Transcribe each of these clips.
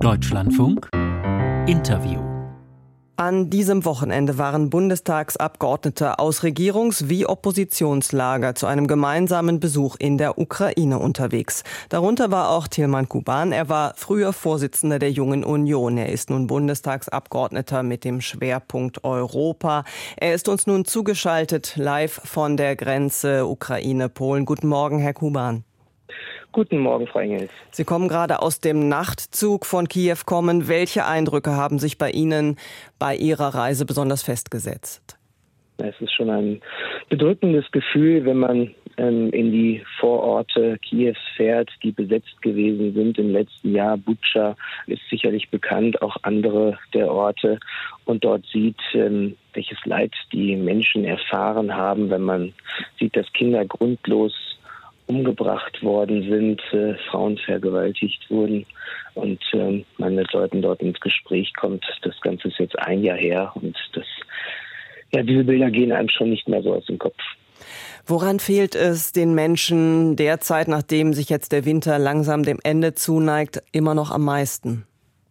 Deutschlandfunk Interview. An diesem Wochenende waren Bundestagsabgeordnete aus Regierungs- wie Oppositionslager zu einem gemeinsamen Besuch in der Ukraine unterwegs. Darunter war auch Tilman Kuban. Er war früher Vorsitzender der Jungen Union. Er ist nun Bundestagsabgeordneter mit dem Schwerpunkt Europa. Er ist uns nun zugeschaltet, live von der Grenze Ukraine-Polen. Guten Morgen, Herr Kuban. Guten Morgen, Frau Engels. Sie kommen gerade aus dem Nachtzug von Kiew kommen. Welche Eindrücke haben sich bei Ihnen bei Ihrer Reise besonders festgesetzt? Es ist schon ein bedrückendes Gefühl, wenn man in die Vororte Kiews fährt, die besetzt gewesen sind im letzten Jahr. Butscha ist sicherlich bekannt, auch andere der Orte. Und dort sieht, welches Leid die Menschen erfahren haben, wenn man sieht, dass Kinder grundlos umgebracht worden sind, Frauen vergewaltigt wurden und man mit Leuten dort ins Gespräch kommt. Das Ganze ist jetzt ein Jahr her und diese Bilder gehen einem schon nicht mehr so aus dem Kopf. Woran fehlt es den Menschen derzeit, nachdem sich jetzt der Winter langsam dem Ende zuneigt, immer noch am meisten?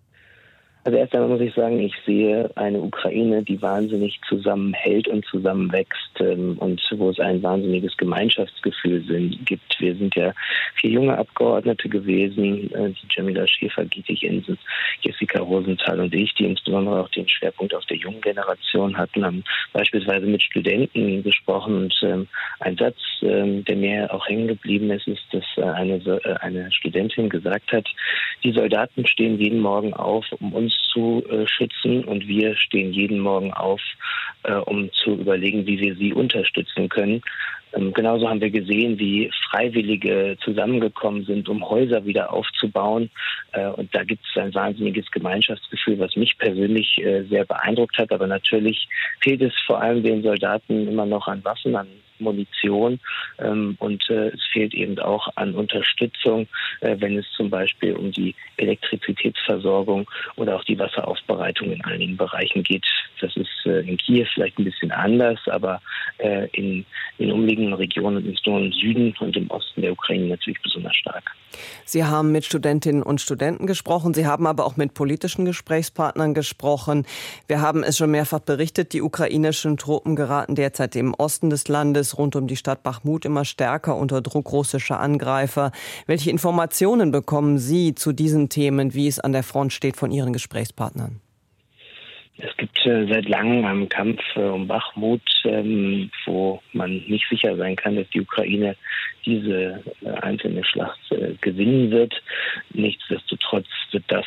Also erst einmal muss ich sagen, ich sehe eine Ukraine, die wahnsinnig zusammenhält und zusammenwächst und wo es ein wahnsinniges Gemeinschaftsgefühl gibt. Wir sind ja 4 junge Abgeordnete gewesen, die Jamila Schäfer, Gitte Jensen, Jessica Rosenthal und ich, die insbesondere auch den Schwerpunkt auf der jungen Generation hatten, haben beispielsweise mit Studenten gesprochen und ein Satz, der mir auch hängen geblieben ist, dass eine Studentin gesagt hat, die Soldaten stehen jeden Morgen auf, um uns zu schützen und wir stehen jeden Morgen auf, um zu überlegen, wie wir sie unterstützen können. Genauso haben wir gesehen, wie Freiwillige zusammengekommen sind, um Häuser wieder aufzubauen. Und da gibt es ein wahnsinniges Gemeinschaftsgefühl, was mich persönlich sehr beeindruckt hat. Aber natürlich fehlt es vor allem den Soldaten immer noch an Waffen, an Munition und es fehlt eben auch an Unterstützung, wenn es zum Beispiel um die Elektrizitätsversorgung oder auch die Wasseraufbereitung in einigen Bereichen geht. Das ist in Kiew vielleicht ein bisschen anders, aber in umliegenden Regionen, insbesondere im Süden und im Osten der Ukraine natürlich besonders stark. Sie haben mit Studentinnen und Studenten gesprochen, Sie haben aber auch mit politischen Gesprächspartnern gesprochen. Wir haben es schon mehrfach berichtet, die ukrainischen Truppen geraten derzeit im Osten des Landes rund um die Stadt Bachmut immer stärker unter Druck russischer Angreifer. Welche Informationen bekommen Sie zu diesen Themen, wie es an der Front steht, von Ihren Gesprächspartnern? Es gibt seit langem einen Kampf um Bachmut, wo man nicht sicher sein kann, dass die Ukraine diese einzelne Schlacht gewinnen wird. Nichtsdestotrotz wird das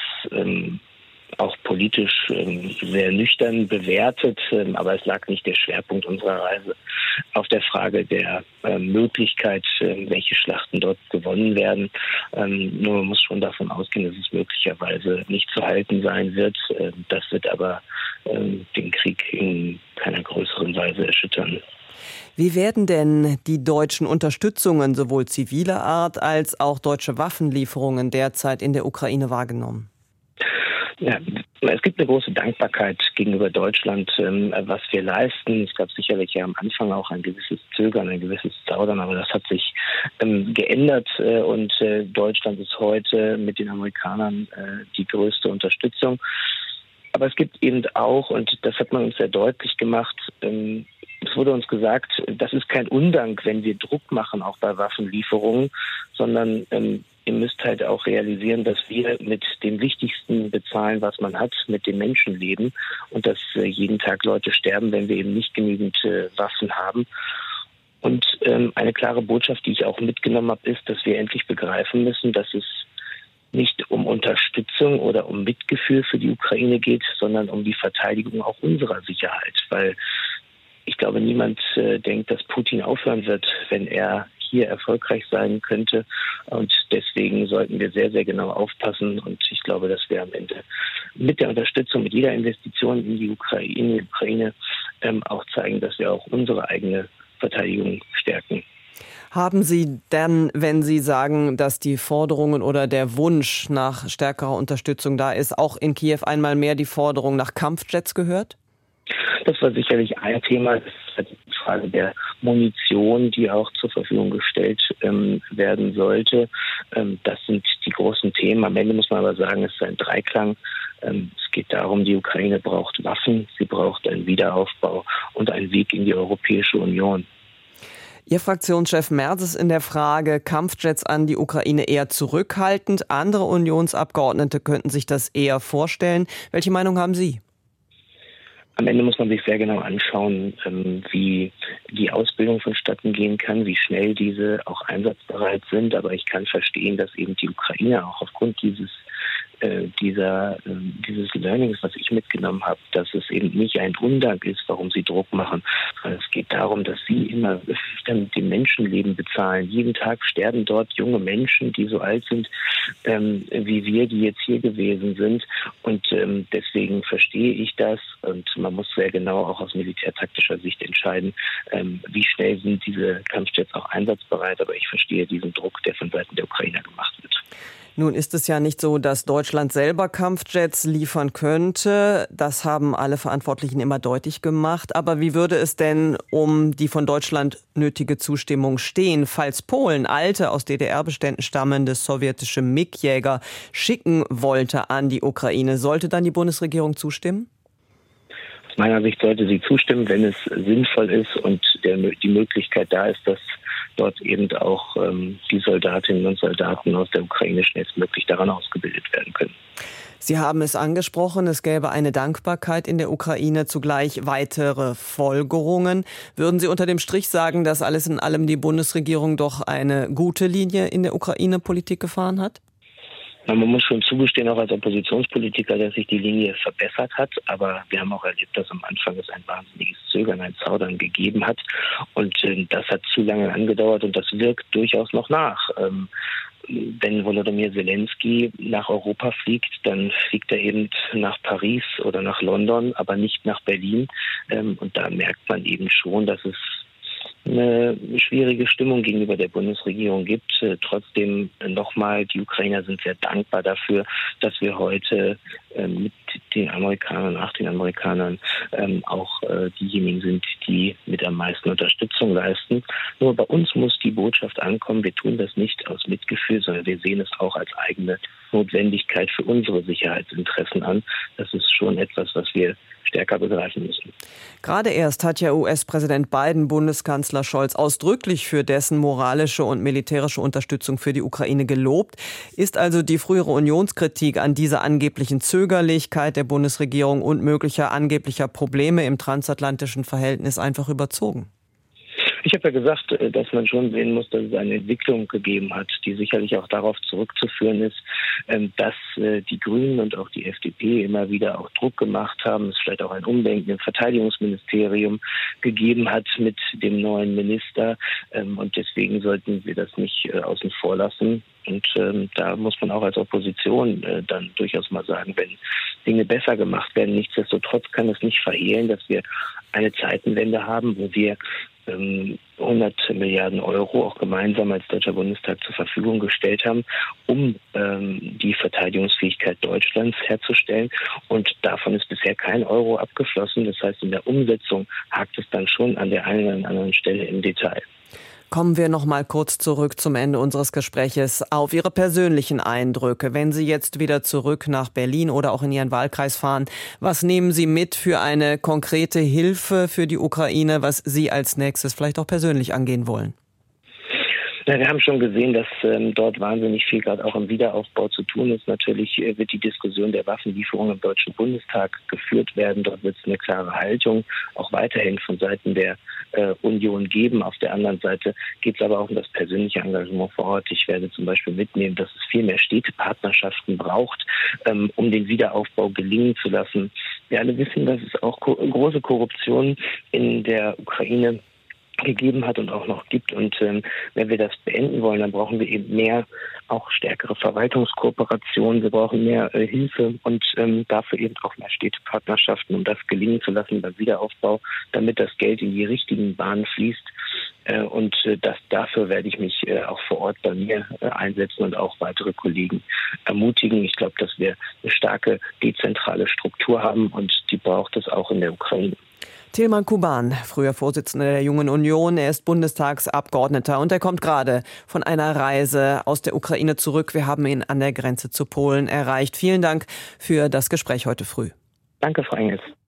auch politisch sehr nüchtern bewertet, aber es lag nicht der Schwerpunkt unserer Reise auf der Frage der Möglichkeit, welche Schlachten dort gewonnen werden. Nur man muss schon davon ausgehen, dass es möglicherweise nicht zu halten sein wird. Das wird aber den Krieg in keiner größeren Weise erschüttern. Wie werden denn die deutschen Unterstützungen sowohl ziviler Art als auch deutsche Waffenlieferungen derzeit in der Ukraine wahrgenommen? Ja, es gibt eine große Dankbarkeit gegenüber Deutschland, was wir leisten. Es gab sicherlich am Anfang auch ein gewisses Zögern, ein gewisses Zaudern, aber das hat sich geändert und Deutschland ist heute mit den Amerikanern die größte Unterstützung. Aber es gibt eben auch, und das hat man uns sehr deutlich gemacht, es wurde uns gesagt, das ist kein Undank, wenn wir Druck machen, auch bei Waffenlieferungen, sondern ihr müsst halt auch realisieren, dass wir mit dem Wichtigsten bezahlen, was man hat, mit dem Menschenleben und dass jeden Tag Leute sterben, wenn wir eben nicht genügend Waffen haben. Und eine klare Botschaft, die ich auch mitgenommen habe, ist, dass wir endlich begreifen müssen, dass es nicht um Unterstützung oder um Mitgefühl für die Ukraine geht, sondern um die Verteidigung auch unserer Sicherheit. Weil ich glaube, niemand denkt, dass Putin aufhören wird, wenn er hier erfolgreich sein könnte. Und deswegen sollten wir sehr, sehr genau aufpassen. Und ich glaube, dass wir am Ende mit der Unterstützung, mit jeder Investition in die Ukraine auch zeigen, dass wir auch unsere eigene Verteidigung stärken. Haben Sie denn, wenn Sie sagen, dass die Forderungen oder der Wunsch nach stärkerer Unterstützung da ist, auch in Kiew einmal mehr die Forderung nach Kampfjets gehört? Das war sicherlich ein Thema, das hat Frage der Munition, die auch zur Verfügung gestellt werden sollte. Das sind die großen Themen. Am Ende muss man aber sagen, es ist ein Dreiklang. Es geht darum, die Ukraine braucht Waffen, sie braucht einen Wiederaufbau und einen Weg in die Europäische Union. Ihr Fraktionschef Merz ist in der Frage Kampfjets an die Ukraine eher zurückhaltend. Andere Unionsabgeordnete könnten sich das eher vorstellen. Welche Meinung haben Sie? Am Ende muss man sich sehr genau anschauen, wie die Ausbildung vonstatten gehen kann, wie schnell diese auch einsatzbereit sind. Aber ich kann verstehen, dass eben die Ukraine auch aufgrund dieses Learnings, was ich mitgenommen habe, dass es eben nicht ein Undank ist, warum sie Druck machen. Es geht darum, dass sie immer mit dem Menschenleben bezahlen. Jeden Tag sterben dort junge Menschen, die so alt sind wie wir, die jetzt hier gewesen sind. Und deswegen verstehe ich das. Und man muss sehr genau auch aus militärtaktischer Sicht entscheiden, wie schnell sind diese Kampfjets auch einsatzbereit. Aber ich verstehe diesen Druck, der von Seiten der Ukrainer gemacht wird. Nun ist es ja nicht so, dass Deutschland selber Kampfjets liefern könnte. Das haben alle Verantwortlichen immer deutlich gemacht. Aber wie würde es denn um die von Deutschland nötige Zustimmung stehen, falls Polen alte, aus DDR-Beständen stammende sowjetische MiG-Jäger schicken wollte an die Ukraine? Sollte dann die Bundesregierung zustimmen? Aus meiner Sicht sollte sie zustimmen, wenn es sinnvoll ist und die Möglichkeit da ist, dass dort eben auch die Soldatinnen und Soldaten aus der Ukraine schnellstmöglich daran ausgebildet werden können. Sie haben es angesprochen, es gäbe eine Dankbarkeit in der Ukraine, zugleich weitere Folgerungen. Würden Sie unter dem Strich sagen, dass alles in allem die Bundesregierung doch eine gute Linie in der Ukraine-Politik gefahren hat? Man muss schon zugestehen, auch als Oppositionspolitiker, dass sich die Linie verbessert hat. Aber wir haben auch erlebt, dass am Anfang es ein wahnsinniges Zögern, ein Zaudern gegeben hat. Und das hat zu lange angedauert und das wirkt durchaus noch nach. Wenn Volodymyr Zelensky nach Europa fliegt, dann fliegt er eben nach Paris oder nach London, aber nicht nach Berlin. Und da merkt man eben schon, dass es eine schwierige Stimmung gegenüber der Bundesregierung gibt. Trotzdem nochmal, die Ukrainer sind sehr dankbar dafür, dass wir heute mit den Amerikanern, nach den Amerikanern auch diejenigen sind, die mit am meisten Unterstützung leisten. Nur bei uns muss die Botschaft ankommen, wir tun das nicht aus Mitgefühl, sondern wir sehen es auch als eigene Notwendigkeit für unsere Sicherheitsinteressen an. Das ist schon etwas, was wir stärker begreifen müssen. Gerade erst hat ja US-Präsident Biden Bundeskanzler Scholz ausdrücklich für dessen moralische und militärische Unterstützung für die Ukraine gelobt. Ist also die frühere Unionskritik an dieser angeblichen Zögerlichkeit der Bundesregierung und möglicher angeblicher Probleme im transatlantischen Verhältnis einfach überzogen? Ich habe ja gesagt, dass man schon sehen muss, dass es eine Entwicklung gegeben hat, die sicherlich auch darauf zurückzuführen ist, dass die Grünen und auch die FDP immer wieder auch Druck gemacht haben, es vielleicht auch ein Umdenken im Verteidigungsministerium gegeben hat mit dem neuen Minister. Und deswegen sollten wir das nicht außen vor lassen. Und da muss man auch als Opposition dann durchaus mal sagen, wenn Dinge besser gemacht werden. Nichtsdestotrotz kann es nicht verhehlen, dass wir eine Zeitenwende haben, wo wir 100 Milliarden Euro auch gemeinsam als Deutscher Bundestag zur Verfügung gestellt haben, um die Verteidigungsfähigkeit Deutschlands herzustellen. Und davon ist bisher kein Euro abgeflossen. Das heißt, in der Umsetzung hakt es dann schon an der einen oder anderen Stelle im Detail. Kommen wir noch mal kurz zurück zum Ende unseres Gespräches auf Ihre persönlichen Eindrücke. Wenn Sie jetzt wieder zurück nach Berlin oder auch in Ihren Wahlkreis fahren, was nehmen Sie mit für eine konkrete Hilfe für die Ukraine, was Sie als nächstes vielleicht auch persönlich angehen wollen? Ja, wir haben schon gesehen, dass dort wahnsinnig viel gerade auch im Wiederaufbau zu tun ist. Natürlich wird die Diskussion der Waffenlieferung im Deutschen Bundestag geführt werden. Dort wird es eine klare Haltung auch weiterhin von Seiten der Union geben. Auf der anderen Seite geht es aber auch um das persönliche Engagement vor Ort. Ich werde zum Beispiel mitnehmen, dass es viel mehr Städtepartnerschaften braucht, um den Wiederaufbau gelingen zu lassen. Wir alle wissen, dass es auch große Korruption in der Ukraine gegeben hat und auch noch gibt. Und wenn wir das beenden wollen, dann brauchen wir eben mehr, auch stärkere Verwaltungskooperation. Wir brauchen mehr Hilfe und dafür eben auch mehr Städtepartnerschaften, um das gelingen zu lassen beim Wiederaufbau, damit das Geld in die richtigen Bahnen fließt. Und dafür werde ich mich auch vor Ort bei mir einsetzen und auch weitere Kollegen ermutigen. Ich glaube, dass wir eine starke dezentrale Struktur haben und die braucht es auch in der Ukraine. Tilman Kuban, früher Vorsitzender der Jungen Union, er ist Bundestagsabgeordneter und er kommt gerade von einer Reise aus der Ukraine zurück. Wir haben ihn an der Grenze zu Polen erreicht. Vielen Dank für das Gespräch heute früh. Danke, Frau Engels.